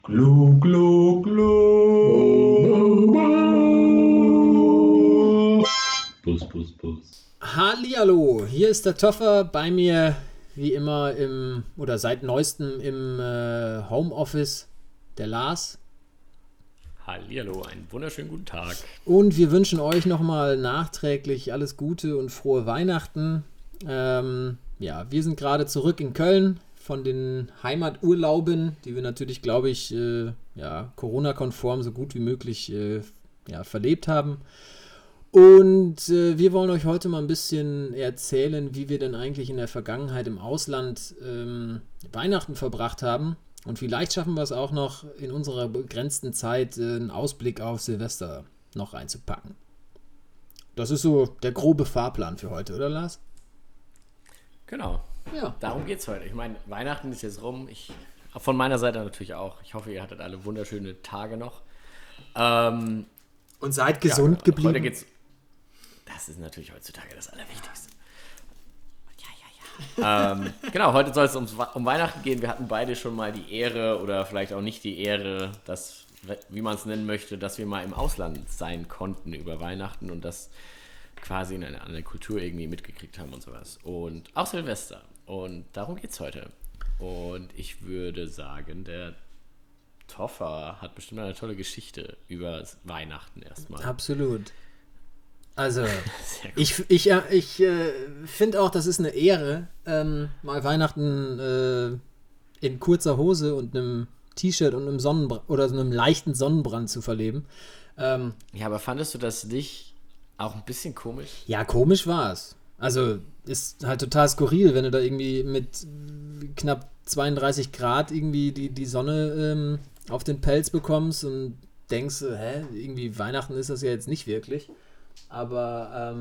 Glu, glu, glu. Bus, bus, bus. Hallihallo, hier ist der Toffer, bei mir wie immer seit neuestem im Homeoffice, der Lars. Hallihallo, einen wunderschönen guten Tag. Und wir wünschen euch nochmal nachträglich alles Gute und frohe Weihnachten. Wir sind gerade zurück in Köln von den Heimaturlauben, die wir natürlich, glaube ich, Corona-konform so gut wie möglich verlebt haben. Und wir wollen euch heute mal ein bisschen erzählen, wie wir denn eigentlich in der Vergangenheit im Ausland Weihnachten verbracht haben. Und vielleicht schaffen wir es auch noch in unserer begrenzten Zeit, einen Ausblick auf Silvester noch reinzupacken. Das ist so der grobe Fahrplan für heute, oder Lars? Genau. Ja. Darum geht's heute. Ich meine, Weihnachten ist jetzt rum. Von meiner Seite natürlich auch. Ich hoffe, ihr hattet alle wunderschöne Tage noch. Und seid gesund geblieben. Heute geht's. Das ist natürlich heutzutage das Allerwichtigste. Genau, heute soll es um Weihnachten gehen. Wir hatten beide schon mal die Ehre oder vielleicht auch nicht die Ehre, dass, wie man es nennen möchte, dass wir mal im Ausland sein konnten über Weihnachten und das quasi in eine andere Kultur irgendwie mitgekriegt haben und sowas. Und auch Silvester. Und darum geht's heute. Und ich würde sagen, der Toffer hat bestimmt eine tolle Geschichte über Weihnachten erstmal. Absolut. Also, ich finde auch, das ist eine Ehre, mal Weihnachten in kurzer Hose und einem T-Shirt und einem oder so einem leichten Sonnenbrand zu verleben. Ja, aber fandest du das nicht auch ein bisschen komisch? Ja, komisch war es. Also, ist halt total skurril, wenn du da irgendwie mit knapp 32 Grad irgendwie die Sonne auf den Pelz bekommst und denkst, irgendwie Weihnachten ist das ja jetzt nicht wirklich. Aber,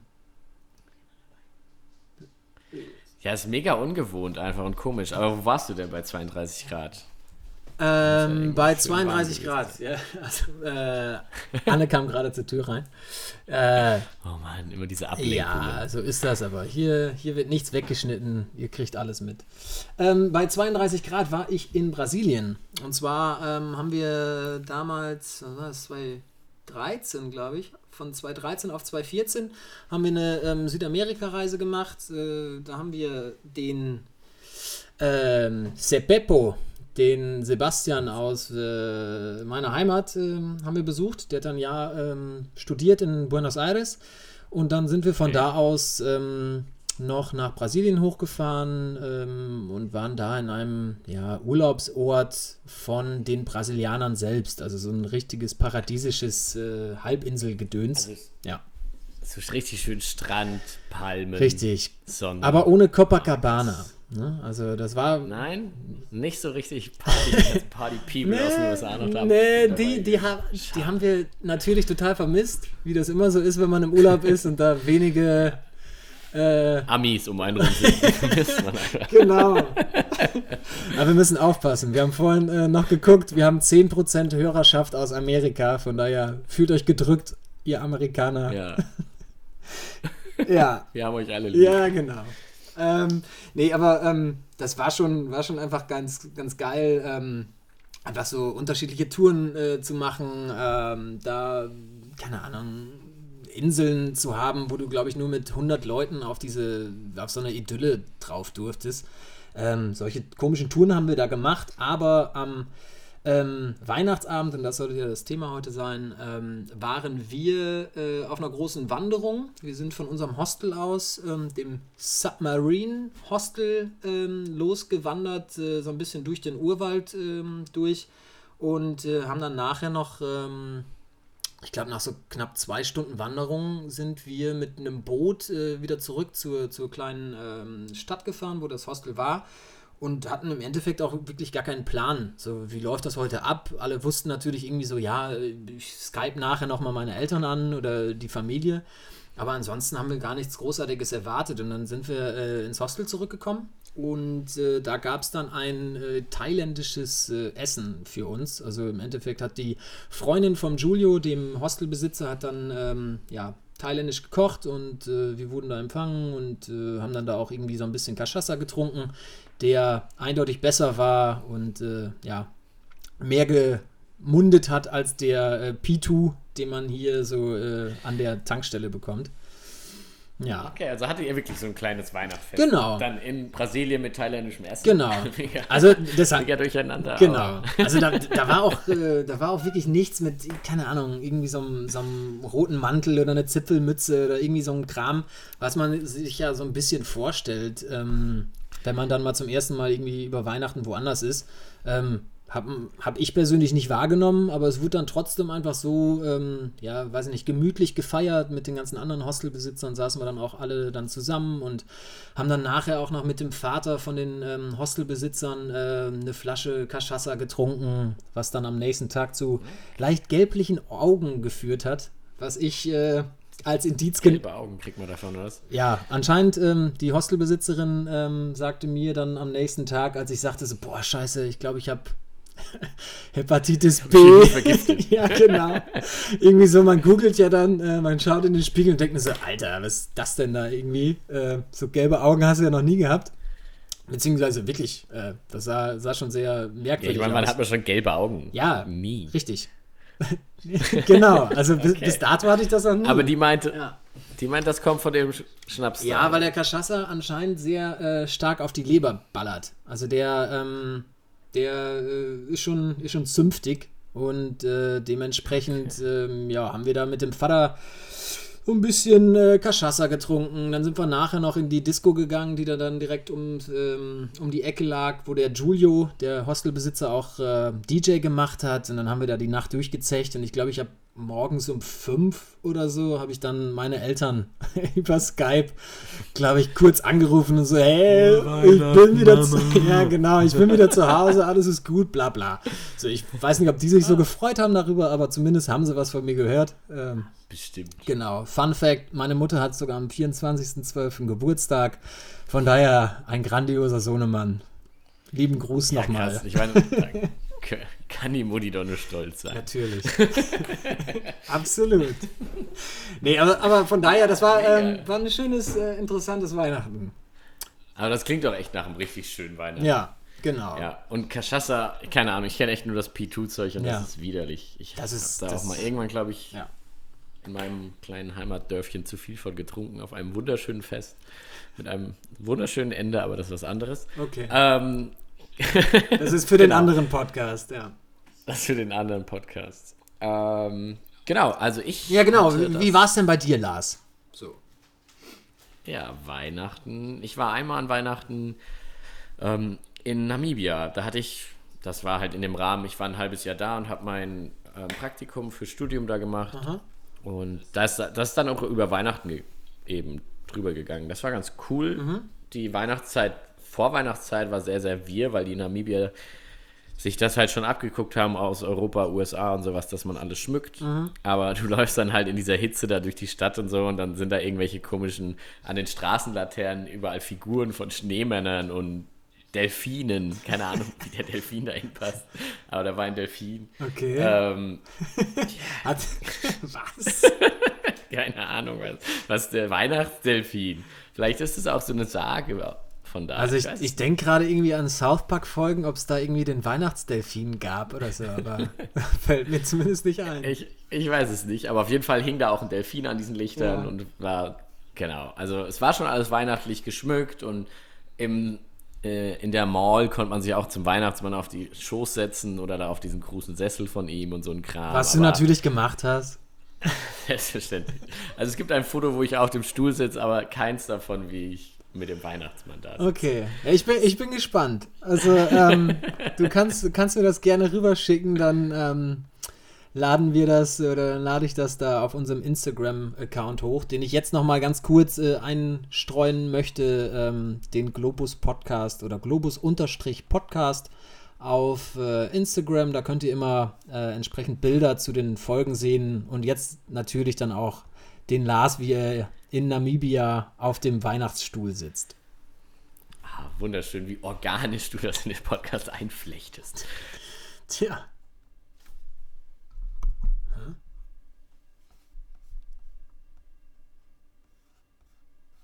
ja, ist mega ungewohnt einfach und komisch. Aber wo warst du denn bei 32 Grad? Bei 32 Grad, ja. Also, Anne kam gerade zur Tür rein. Oh Mann, immer diese Ablenkung. Ja, so ist das, aber hier wird nichts weggeschnitten, ihr kriegt alles mit. Bei 32 Grad war ich in Brasilien. Und zwar haben wir damals, was war das, 2013, glaube ich, von 2013 auf 2014 haben wir eine Südamerika-Reise gemacht. Da haben wir den Sepepo, den Sebastian aus meiner Heimat haben wir besucht. Der hat dann ein Jahr studiert in Buenos Aires und dann sind wir von da aus noch nach Brasilien hochgefahren und waren da in einem Urlaubsort von den Brasilianern selbst. Also so ein richtiges paradiesisches Halbinselgedöns. Also ja. So richtig schön Strand, Palmen, Richtig. Sonne. Aber ohne Copacabana. Ne? Also das war... Nein, nicht so richtig Party-People aus den USA noch da. Nee, die haben wir natürlich total vermisst, wie das immer so ist, wenn man im Urlaub ist und da wenige... Amis um einen rum sind. Genau. Aber wir müssen aufpassen. Wir haben vorhin noch geguckt, wir haben 10% Hörerschaft aus Amerika, von daher fühlt euch gedrückt, ihr Amerikaner. Ja. Ja. Wir haben euch alle lieb. Ja, genau. Das war schon einfach ganz, ganz geil, einfach so unterschiedliche Touren zu machen, da, keine Ahnung, Inseln zu haben, wo du, glaube ich, nur mit 100 Leuten auf so eine Idylle drauf durftest. Solche komischen Touren haben wir da gemacht, aber am Weihnachtsabend, und das sollte ja das Thema heute sein, waren wir auf einer großen Wanderung. Wir sind von unserem Hostel aus, dem Submarine Hostel, losgewandert, so ein bisschen durch den Urwald durch und haben dann nachher noch... ich glaube, nach so knapp 2 Stunden Wanderung sind wir mit einem Boot wieder zurück zur kleinen Stadt gefahren, wo das Hostel war und hatten im Endeffekt auch wirklich gar keinen Plan. So, wie läuft das heute ab? Alle wussten natürlich irgendwie so, ja, ich Skype nachher nochmal meine Eltern an oder die Familie. Aber ansonsten haben wir gar nichts Großartiges erwartet und dann sind wir ins Hostel zurückgekommen. Und da gab es dann ein thailändisches Essen für uns. Also im Endeffekt hat die Freundin vom Giulio, dem Hostelbesitzer, hat dann thailändisch gekocht und wir wurden da empfangen und haben dann da auch irgendwie so ein bisschen Cachaça getrunken, der eindeutig besser war und mehr gemundet hat als der P2, den man hier so an der Tankstelle bekommt. Ja. Okay, also hattet ihr wirklich so ein kleines Weihnachtsfest. Genau. Dann in Brasilien mit thailändischem Essen. Genau. Mega, Also deshalb. mega durcheinander. Genau. Aber Also da war auch wirklich nichts mit, keine Ahnung, irgendwie so einem roten Mantel oder eine Zipfelmütze oder irgendwie so ein Kram, was man sich ja so ein bisschen vorstellt, wenn man dann mal zum ersten Mal irgendwie über Weihnachten woanders ist. Hab ich persönlich nicht wahrgenommen, aber es wurde dann trotzdem einfach so, weiß ich nicht, gemütlich gefeiert mit den ganzen anderen Hostelbesitzern, saßen wir dann auch alle dann zusammen und haben dann nachher auch noch mit dem Vater von den Hostelbesitzern eine Flasche Cachaça getrunken, was dann am nächsten Tag zu leicht gelblichen Augen geführt hat, was ich als Indiz... gelbe Augen kriegt man davon, oder was? Ja, anscheinend die Hostelbesitzerin sagte mir dann am nächsten Tag, als ich sagte so, boah, scheiße, ich glaube, ich habe Hepatitis B. Vergiftet. Ja, genau. Irgendwie so, man googelt ja dann, man schaut in den Spiegel und denkt mir so, Alter, was ist das denn da irgendwie? So gelbe Augen hast du ja noch nie gehabt. Beziehungsweise wirklich, das sah schon sehr Ja, merkwürdig ich meine, man aus. hat mir schon gelbe Augen. Ja, Nie. richtig. Genau, also bis dato hatte ich das noch nie. Aber die meint, Ja. das kommt von dem Schnaps. Ja, weil der Cachaça anscheinend sehr stark auf die Leber ballert. Also der ist schon zünftig und dementsprechend haben wir da mit dem Vater so ein bisschen Cachaça getrunken. Dann sind wir nachher noch in die Disco gegangen, die da dann direkt um die Ecke lag, wo der Giulio, der Hostelbesitzer, auch DJ gemacht hat. Und dann haben wir da die Nacht durchgezecht und ich glaube, ich habe morgens um 5 oder so habe ich dann meine Eltern über Skype, glaube ich, kurz angerufen und so, hey, ich bin wieder ich bin wieder zu Hause, alles ist gut, bla bla. So, ich weiß nicht, ob die sich so gefreut haben darüber, aber zumindest haben sie was von mir gehört. Bestimmt. Genau. Fun Fact, meine Mutter hat sogar am 24.12. Geburtstag. Von daher ein grandioser Sohnemann. Lieben Gruß Ja, nochmal. krass. Ich meine, kann die Mutti doch nur stolz sein. Natürlich. Absolut. Nee, aber von daher, das war ein schönes, interessantes Weihnachten. Aber das klingt doch echt nach einem richtig schönen Weihnachten. Ja, genau. Ja, und Cachaça, keine Ahnung, ich kenne echt nur das P2-Zeug und Ja. das ist widerlich. Ich habe da das- auch mal irgendwann, glaube ich, Ja. in meinem kleinen Heimatdörfchen zu viel von getrunken auf einem wunderschönen Fest mit einem wunderschönen Ende, aber das ist was anderes. Okay. Das Das ist für den anderen Podcast, ja. ist für den anderen Podcast. Genau, also ich. Ja, genau. hatte Wie war es denn bei dir, Lars? So. Ja, Weihnachten. Ich war einmal an Weihnachten in Namibia. Das war halt in dem Rahmen, ich war ein halbes Jahr da und habe mein Praktikum für Studium da gemacht. Aha. Und das ist dann auch über Weihnachten eben drüber gegangen. Das war ganz cool. Die Vorweihnachtszeit war sehr, sehr wirr, weil die Namibier sich das halt schon abgeguckt haben aus Europa, USA und sowas, dass man alles schmückt. Aber du läufst dann halt in dieser Hitze da durch die Stadt und so und dann sind da irgendwelche komischen, an den Straßenlaternen überall Figuren von Schneemännern und Delfinen. Keine Ahnung, wie der Delfin da hinpasst. Aber da war ein Delfin. Okay. Was? Keine Ahnung, was der Weihnachtsdelfin. Vielleicht ist es auch so eine Sage von da. Also weiß ich denke gerade irgendwie an South Park-Folgen, ob es da irgendwie den Weihnachtsdelfin gab oder so, aber fällt mir zumindest nicht ein. Ich weiß es nicht, aber auf jeden Fall hing da auch ein Delfin an diesen Lichtern Ja. und war, genau, also es war schon alles weihnachtlich geschmückt und in der Mall konnte man sich auch zum Weihnachtsmann auf die Schoß setzen oder da auf diesen großen Sessel von ihm und so ein Kram. Was du aber natürlich gemacht hast. Selbstverständlich. Also es gibt ein Foto, wo ich auf dem Stuhl sitze, aber keins davon, wie ich mit dem Weihnachtsmann da sitze. Okay, ja, ich bin gespannt. Also du kannst mir das gerne rüberschicken, dann laden wir das oder dann lade ich das da auf unserem Instagram-Account hoch, den ich jetzt nochmal ganz kurz einstreuen möchte, den Globus Podcast oder Globus-Podcast auf Instagram. Da könnt ihr immer entsprechend Bilder zu den Folgen sehen und jetzt natürlich dann auch den Lars, wie er in Namibia auf dem Weihnachtsstuhl sitzt. Ah, wunderschön, wie organisch du das in den Podcast einflechtest. Tja.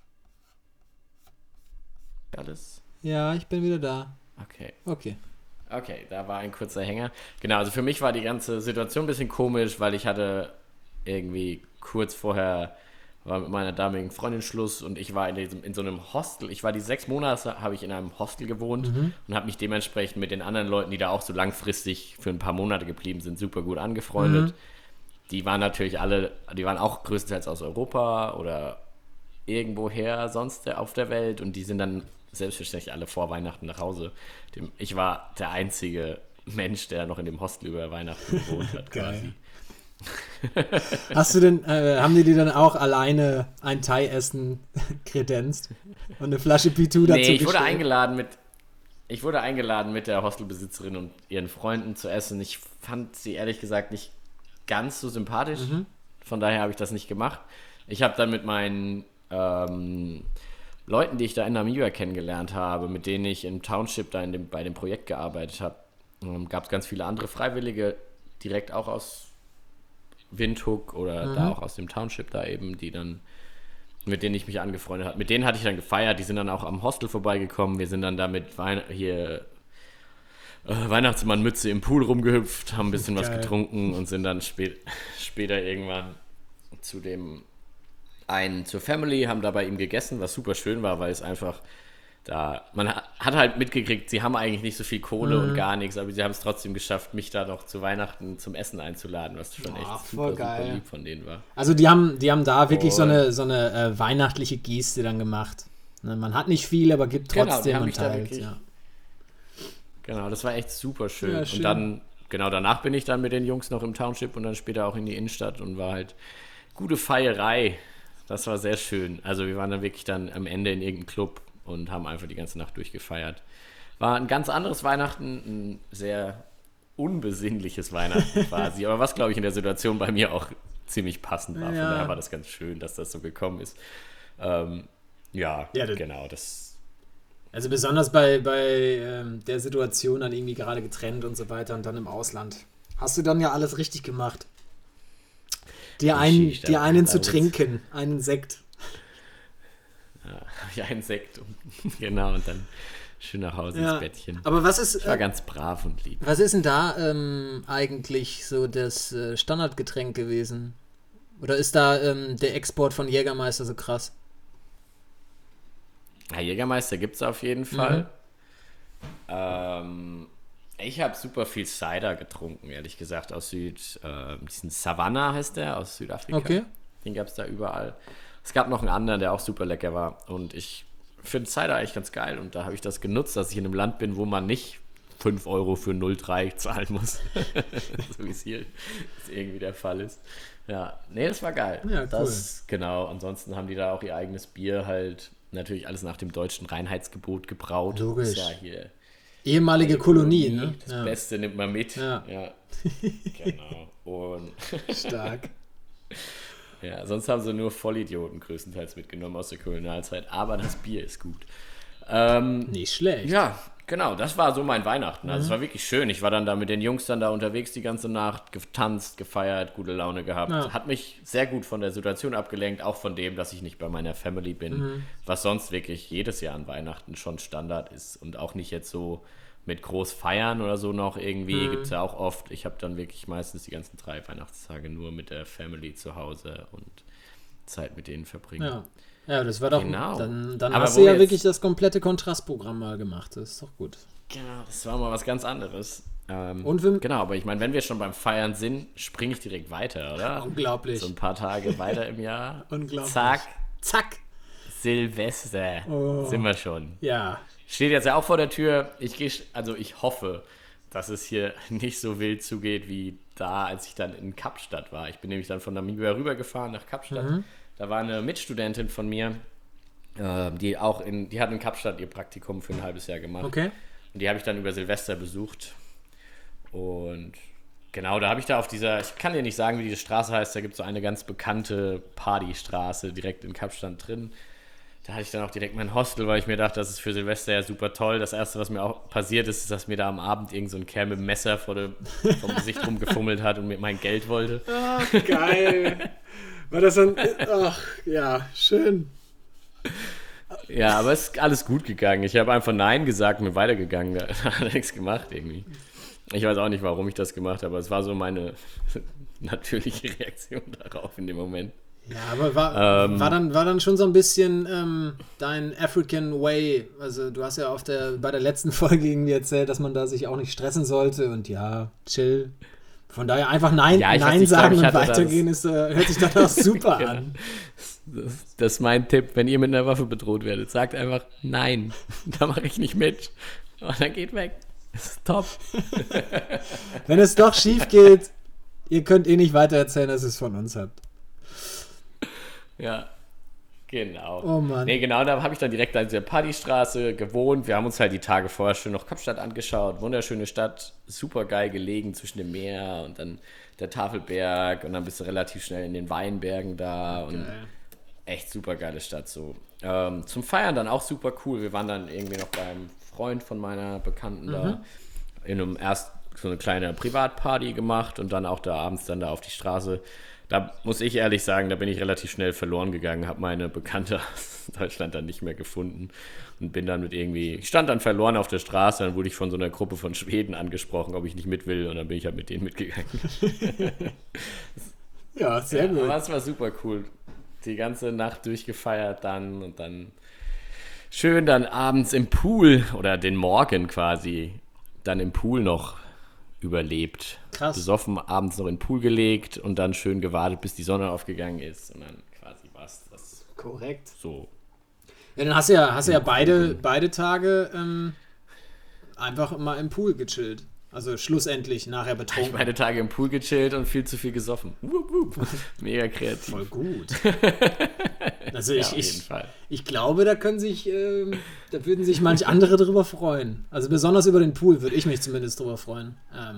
Alles? Ja, ich bin wieder da. Okay. Okay. Okay, da war ein kurzer Hänger. Genau, also für mich war die ganze Situation ein bisschen komisch, weil ich hatte irgendwie kurz vorher war mit meiner damaligen Freundin Schluss und ich war in so einem Hostel. Ich war die 6 Monate, habe ich in einem Hostel gewohnt und habe mich dementsprechend mit den anderen Leuten, die da auch so langfristig für ein paar Monate geblieben sind, super gut angefreundet. Die waren natürlich die waren auch größtenteils aus Europa oder irgendwoher sonst auf der Welt und die sind dann selbstverständlich alle vor Weihnachten nach Hause. Ich war der einzige Mensch, der noch in dem Hostel über Weihnachten gewohnt hat, quasi. Hast du denn, haben die dir dann auch alleine ein Thai-Essen kredenzt und eine Flasche P2 dazu ich wurde eingeladen mit der Hostelbesitzerin und ihren Freunden zu essen. Ich fand sie ehrlich gesagt nicht ganz so sympathisch. Von daher habe ich das nicht gemacht. Ich habe dann mit meinen Leuten, die ich da in Namibia kennengelernt habe, mit denen ich im Township da bei dem Projekt gearbeitet habe, gab es ganz viele andere Freiwillige, direkt auch aus Windhoek oder da auch aus dem Township da eben, mit denen ich mich angefreundet habe. Mit denen hatte ich dann gefeiert, die sind dann auch am Hostel vorbeigekommen. Wir sind dann da mit Weihnachtsmannmütze im Pool rumgehüpft, haben ein bisschen was getrunken und sind dann später irgendwann zur Family, haben da bei ihm gegessen, was super schön war, weil es einfach man hat halt mitgekriegt, sie haben eigentlich nicht so viel Kohle und gar nichts, aber sie haben es trotzdem geschafft, mich da noch zu Weihnachten zum Essen einzuladen, was schon echt super lieb von denen war. Also die haben da wirklich so eine weihnachtliche Geste dann gemacht. Ne, man hat nicht viel, aber gibt trotzdem und teilt. Ja. Genau, das war echt super schön. Ja, schön. Und dann, danach bin ich dann mit den Jungs noch im Township und dann später auch in die Innenstadt und war halt gute Feierei. Das war sehr schön. Also wir waren dann wirklich dann am Ende in irgendeinem Club und haben einfach die ganze Nacht durchgefeiert. War ein ganz anderes Weihnachten, ein sehr unbesinnliches Weihnachten quasi, aber was, glaube ich, in der Situation bei mir auch ziemlich passend war. Von daher war das ganz schön, dass das so gekommen ist. Genau, das... Also besonders bei der Situation dann irgendwie gerade getrennt und so weiter und dann im Ausland. Hast du dann ja alles richtig gemacht. Dir einen zu trinken, einen Sekt. Ja, einen Sekt. Genau, und dann schön nach Hause ins Bettchen. Aber ich war ganz brav und lieb. Was ist denn da eigentlich so das Standardgetränk gewesen? Oder ist da der Export von Jägermeister so krass? Ja, Jägermeister gibt es auf jeden Fall. Ich habe super viel Cider getrunken, ehrlich gesagt, aus diesen Savannah heißt der, aus Südafrika. Okay. Den gab es da überall. Es gab noch einen anderen, der auch super lecker war. Und ich finde Cider eigentlich ganz geil. Und da habe ich das genutzt, dass ich in einem Land bin, wo man nicht 5 Euro für 0,3 zahlen muss. So wie es hier irgendwie der Fall ist. Ja, nee, das war geil. Ja, cool. Genau, ansonsten haben die da auch ihr eigenes Bier halt natürlich alles nach dem deutschen Reinheitsgebot gebraut. Logisch. Das ist ja hier ehemalige Kolonie, ne? Das Beste nimmt man mit. Ja. Genau. Und stark. Ja, sonst haben sie nur Vollidioten größtenteils mitgenommen aus der Kolonialzeit, aber das Bier ist gut. Nicht schlecht. Ja, genau, das war so mein Weihnachten. Also es war wirklich schön. Ich war dann da mit den Jungs dann da unterwegs die ganze Nacht, getanzt, gefeiert, gute Laune gehabt. Ja. Hat mich sehr gut von der Situation abgelenkt, auch von dem, dass ich nicht bei meiner Family bin, was sonst wirklich jedes Jahr an Weihnachten schon Standard ist und auch nicht jetzt so mit groß feiern oder so noch irgendwie, gibt es ja auch oft. Ich habe dann wirklich meistens die ganzen 3 Weihnachtstage nur mit der Family zu Hause und Zeit mit denen verbringen. Ja, das war doch, Genau. Dann Aber hast du ja jetzt- wirklich das komplette Kontrastprogramm mal gemacht, das ist doch gut. Genau, das war mal was ganz anderes. Und Genau, aber ich meine, wenn wir schon beim Feiern sind, springe ich direkt weiter, oder? Unglaublich. So ein paar Tage weiter im Jahr. Unglaublich. Zack, Silvester. Sind wir schon. Ja, Steht jetzt ja auch vor der Tür. Ich hoffe, dass es hier nicht so wild zugeht wie da, als ich dann in Kapstadt war. Ich bin nämlich dann von Namibia rübergefahren nach Kapstadt. Da war eine Mitstudentin von mir, die hat in Kapstadt ihr Praktikum für ein halbes Jahr gemacht. okay. Und die habe ich dann über Silvester besucht. Und genau, da habe ich da auf ich kann dir nicht sagen, wie diese Straße heißt, da gibt es so eine ganz bekannte Partystraße direkt in Kapstadt drin. Da hatte ich dann auch direkt mein Hostel, weil ich mir dachte, das ist für Silvester ja super toll. Das Erste, was mir auch passiert ist, dass mir da am Abend irgend so ein Kerl mit dem Messer vom Gesicht rumgefummelt hat und mir mein Geld wollte. Ach, geil. War das dann, ach, ja, schön. Ja, aber es ist alles gut gegangen. Ich habe einfach Nein gesagt und bin weitergegangen. Da hat er nichts gemacht irgendwie. Ich weiß auch nicht, warum ich das gemacht habe, aber es war so meine natürliche Reaktion darauf in dem Moment. Ja, aber war dann schon so ein bisschen dein African Way. Also du hast ja bei der letzten Folge irgendwie erzählt, dass man da sich auch nicht stressen sollte und ja, chill. Von daher einfach Nein sagen und weitergehen hört sich doch auch super an. Das ist mein Tipp, wenn ihr mit einer Waffe bedroht werdet. Sagt einfach Nein, da mache ich nicht mit. Und dann geht weg. Das ist top. Wenn es doch schief geht, ihr könnt nicht weitererzählen, dass ihr es von uns habt. Ja, genau. Oh Mann. Nee, genau, da habe ich dann direkt an dieser Partystraße gewohnt. Wir haben uns halt die Tage vorher schön noch Kapstadt angeschaut. Wunderschöne Stadt, super geil gelegen zwischen dem Meer und dann der Tafelberg. Und dann bist du relativ schnell in den Weinbergen da. Und echt super geile Stadt so. Zum Feiern dann auch super cool. Wir waren dann irgendwie noch beim Freund von meiner Bekannten da. In einem erst so eine kleine Privatparty gemacht und dann auch da abends dann da auf die Straße. Da muss ich ehrlich sagen, da bin ich relativ schnell verloren gegangen, habe meine Bekannte aus Deutschland dann nicht mehr gefunden und bin dann ich stand dann verloren auf der Straße, dann wurde ich von so einer Gruppe von Schweden angesprochen, ob ich nicht mit will und dann bin ich halt mit denen mitgegangen. Ja, sehr gut. Aber es war super cool. Die ganze Nacht durchgefeiert dann und dann schön dann abends im Pool oder den Morgen quasi dann im Pool noch überlebt. Krass. Besoffen, abends noch in den Pool gelegt und dann schön gewartet, bis die Sonne aufgegangen ist und dann quasi war es das. Korrekt. So. Ja, dann hast du ja beide Tage einfach mal im Pool gechillt. Also schlussendlich nachher betrunken. Ich beide Tage im Pool gechillt und viel zu viel gesoffen. Mega kreativ. Voll gut. Also Ja, auf jeden Fall. ich glaube, da würden sich manch andere drüber freuen. Also besonders über den Pool würde ich mich zumindest drüber freuen.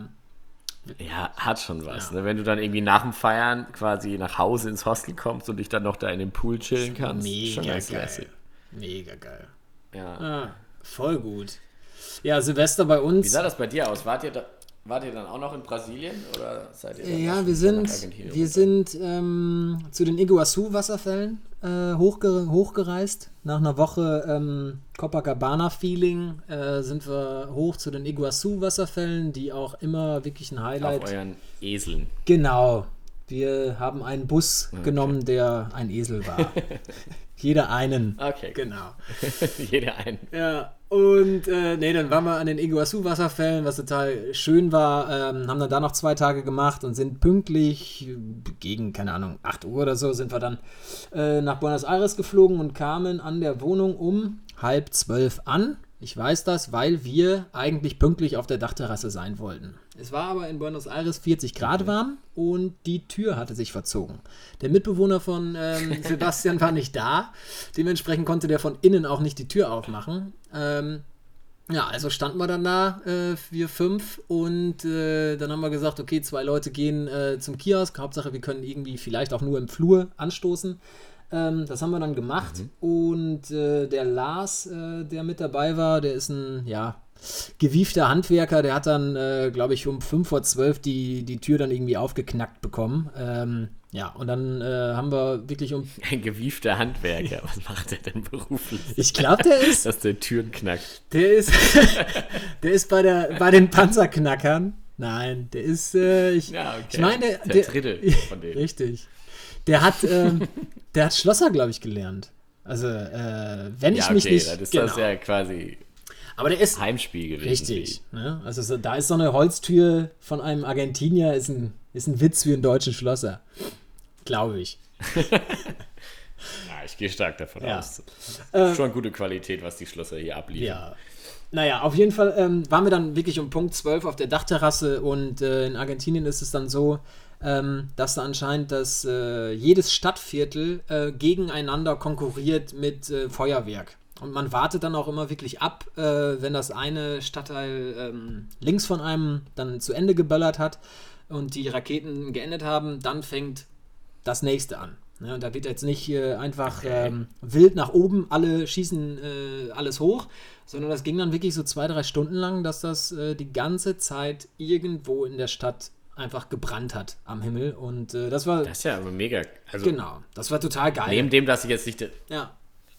Ja, hat schon was. Ja. Ne? Wenn du dann irgendwie nach dem Feiern quasi nach Hause ins Hostel kommst und dich dann noch da in den Pool chillen kannst. Mega schon ganz geil. klasse. Mega geil. Ja. Voll gut. Ja, Silvester bei uns. Wie sah das bei dir aus? Wart ihr dann auch noch in Brasilien oder seid ihr dann Ja, schon wir nach Argentinien sind zu den Iguazu-Wasserfällen hochgereist. Nach einer Woche Copacabana-Feeling sind wir hoch zu den Iguazu-Wasserfällen, die auch immer wirklich ein Highlight. auf euren Eseln? Genau. Wir haben einen Bus genommen, der ein Esel war. Jeder einen. Okay. Genau. Jeder einen. Ja, und dann waren wir an den Iguazu-Wasserfällen, was total schön war, haben dann da noch 2 Tage gemacht und sind pünktlich gegen, keine Ahnung, 8 Uhr oder so, sind wir dann nach Buenos Aires geflogen und kamen an der Wohnung um 11:30 an. Ich weiß das, weil wir eigentlich pünktlich auf der Dachterrasse sein wollten. Es war aber in Buenos Aires 40 Grad warm und die Tür hatte sich verzogen. Der Mitbewohner von Sebastian war nicht da. Dementsprechend konnte der von innen auch nicht die Tür aufmachen. Also standen wir dann da, 4, 5 und dann haben wir gesagt, okay, 2 Leute gehen zum Kiosk. Hauptsache, wir können irgendwie vielleicht auch nur im Flur anstoßen. Das haben wir dann gemacht und der Lars, der mit dabei war, der ist ein, gewiefter Handwerker, der hat dann, glaube ich, um 11:55 die Tür dann irgendwie aufgeknackt bekommen. Und dann haben wir wirklich Ein gewiefter Handwerker, was macht der denn beruflich? Ich glaube, der ist... Dass der Türen knackt. Der ist bei den Panzerknackern. Nein, der ist... Ich meine, der dritte von denen. Richtig. Der hat Schlosser, glaube ich, gelernt. Also, wenn ich mich nicht... Das ist genau. das ja quasi Aber der ist Heimspiel gewesen. richtig. Ne? Also da ist so eine Holztür von einem Argentinier, ist ein Witz für einen deutschen Schlosser. Glaube ich. Ja, ich gehe stark davon aus. Schon gute Qualität, was die Schlosser hier abliefern. Ja. Naja, auf jeden Fall waren wir dann wirklich um Punkt 12 auf der Dachterrasse und in Argentinien ist es dann so, dass da anscheinend jedes Stadtviertel gegeneinander konkurriert mit Feuerwerk. Und man wartet dann auch immer wirklich ab, wenn das eine Stadtteil links von einem dann zu Ende geböllert hat und die Raketen geendet haben, dann fängt das nächste an. Ja, und da wird jetzt nicht einfach wild nach oben, alle schießen alles hoch, sondern das ging dann wirklich so 2-3 Stunden lang, dass das die ganze Zeit irgendwo in der Stadt einfach gebrannt hat am Himmel. Und das war... Das ist ja aber mega. Also genau, das war total geil. Neben dem, dass ich jetzt nicht... Ja.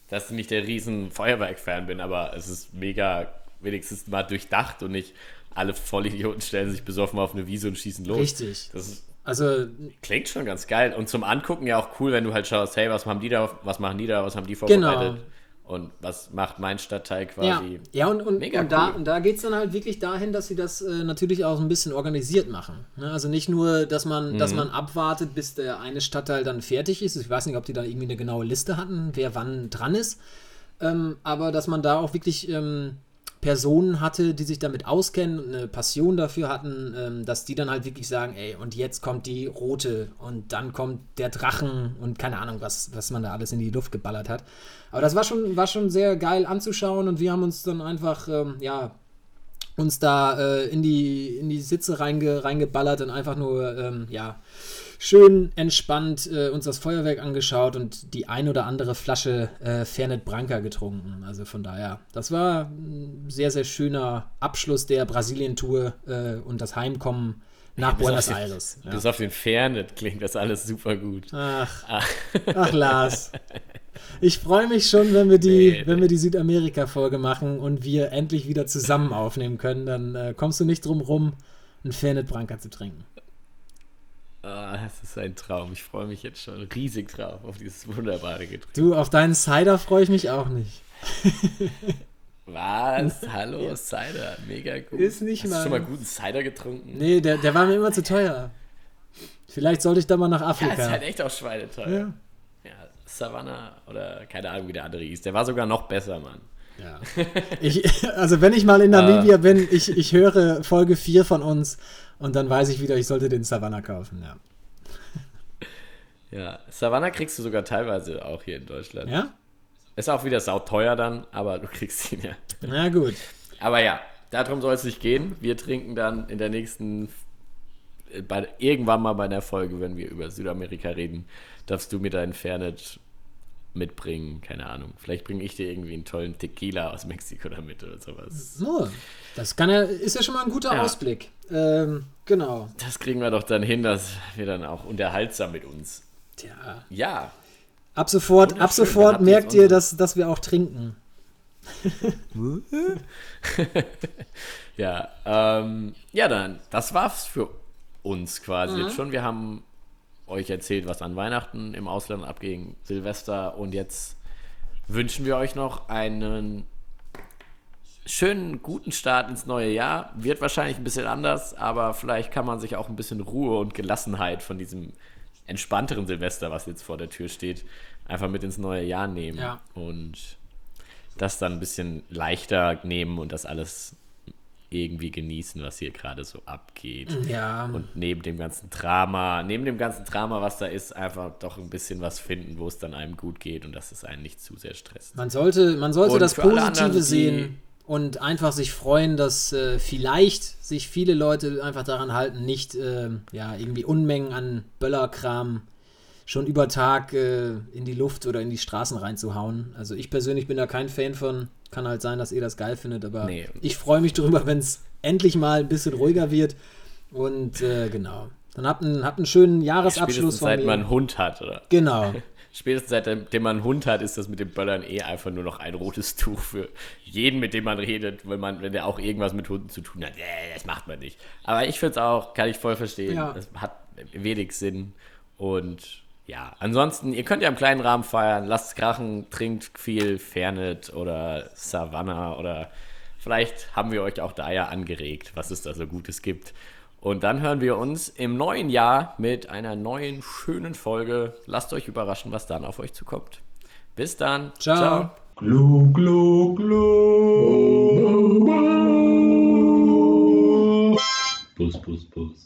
dass ich nicht der riesen Feuerwerk-Fan bin, aber es ist mega, wenigstens mal durchdacht und nicht alle Vollidioten stellen sich besoffen auf eine Wiese und schießen los. Richtig. Das ist, Also, klingt schon ganz geil. Und zum Angucken ja auch cool, wenn du halt schaust, hey, was machen die da, was machen die vorbereitet? Genau. Und was macht mein Stadtteil ja, quasi? ja und Mega cool. da geht es dann halt wirklich dahin, dass sie das natürlich auch ein bisschen organisiert machen. Ne? Also nicht nur, dass man abwartet, bis der eine Stadtteil dann fertig ist. Ich weiß nicht, ob die da irgendwie eine genaue Liste hatten, wer wann dran ist. Aber dass man da auch wirklich Personen hatte, die sich damit auskennen und eine Passion dafür hatten, dass die dann halt wirklich sagen, ey, und jetzt kommt die rote und dann kommt der Drachen und keine Ahnung, was man da alles in die Luft geballert hat. Aber das war schon sehr geil anzuschauen und wir haben uns dann einfach, uns da in die Sitze reingeballert und einfach nur, schön entspannt uns das Feuerwerk angeschaut und die ein oder andere Flasche Fernet Branca getrunken. Also von daher, das war ein sehr, sehr schöner Abschluss der Brasilien-Tour und das Heimkommen nach Buenos Aires. Ja. Bis auf den Fernet klingt das alles super gut. Ach Lars. Ich freue mich schon, wenn wir die Südamerika-Folge machen und wir endlich wieder zusammen aufnehmen können. Dann kommst du nicht drum rum, ein Fernet Branca zu trinken. Das ist ein Traum. Ich freue mich jetzt schon riesig drauf, auf dieses wunderbare Getränk. Du, auf deinen Cider freue ich mich auch nicht. Was? Hallo, Cider. Mega gut. Ist nicht Hast mal. du schon mal guten Cider getrunken? Nee, der war mir immer zu teuer. Vielleicht sollte ich da mal nach Afrika. Ja, ist halt echt auch schweineteuer. Ja, Savannah oder keine Ahnung, wie der andere hieß. Der war sogar noch besser, Mann. Ja. Also wenn ich mal in Namibia bin, ich höre Folge 4 von uns und dann weiß ich wieder, ich sollte den Savannah kaufen, ja. Ja, Savannah kriegst du sogar teilweise auch hier in Deutschland. Ja? Ist auch wieder sauteuer dann, aber du kriegst ihn ja. Na gut. Aber ja, darum soll es nicht gehen. Wir trinken dann in der nächsten, irgendwann mal bei der Folge, wenn wir über Südamerika reden, darfst du mir deinen Fernet mitbringen, keine Ahnung. Vielleicht bringe ich dir irgendwie einen tollen Tequila aus Mexiko damit oder sowas. So, das ist ja schon mal ein guter Ausblick. Genau. Das kriegen wir doch dann hin, dass wir dann auch unterhaltsam mit uns. Tja. Ja. Ab sofort merkt ihr, dass wir auch trinken. Ja, dann, das war's für uns quasi jetzt schon. Wir haben euch erzählt, was an Weihnachten im Ausland abging, Silvester, und jetzt wünschen wir euch noch einen schönen, guten Start ins neue Jahr. Wird wahrscheinlich ein bisschen anders, aber vielleicht kann man sich auch ein bisschen Ruhe und Gelassenheit von diesem entspannteren Silvester, was jetzt vor der Tür steht, einfach mit ins neue Jahr nehmen und das dann ein bisschen leichter nehmen und das alles irgendwie genießen, was hier gerade so abgeht. Ja. Und neben dem ganzen Drama, was da ist, einfach doch ein bisschen was finden, wo es dann einem gut geht und dass es einen nicht zu sehr stresst. Man sollte das für alle Positive anderen, sehen und einfach sich freuen, dass vielleicht sich viele Leute einfach daran halten, nicht irgendwie Unmengen an Böllerkram schon über Tag in die Luft oder in die Straßen reinzuhauen. Also ich persönlich bin da kein Fan von. Kann halt sein, dass ihr das geil findet, aber ich freue mich drüber, wenn es endlich mal ein bisschen ruhiger wird. Und genau. Dann habt einen schönen Jahresabschluss von mir. Seit man einen Hund hat, oder? Genau. Spätestens seitdem man einen Hund hat, ist das mit dem Böllern einfach nur noch ein rotes Tuch für jeden, mit dem man redet, wenn der auch irgendwas mit Hunden zu tun hat. Das macht man nicht. Aber ich finde es auch, kann ich voll verstehen. Ja. Es hat wenig Sinn. Und ja, ansonsten, ihr könnt ja im kleinen Rahmen feiern, lasst es krachen, trinkt viel Fernet oder Savannah oder vielleicht haben wir euch auch da ja angeregt, was es da so Gutes gibt. Und dann hören wir uns im neuen Jahr mit einer neuen, schönen Folge. Lasst euch überraschen, was dann auf euch zukommt. Bis dann. Ciao. Glu, glu, glu.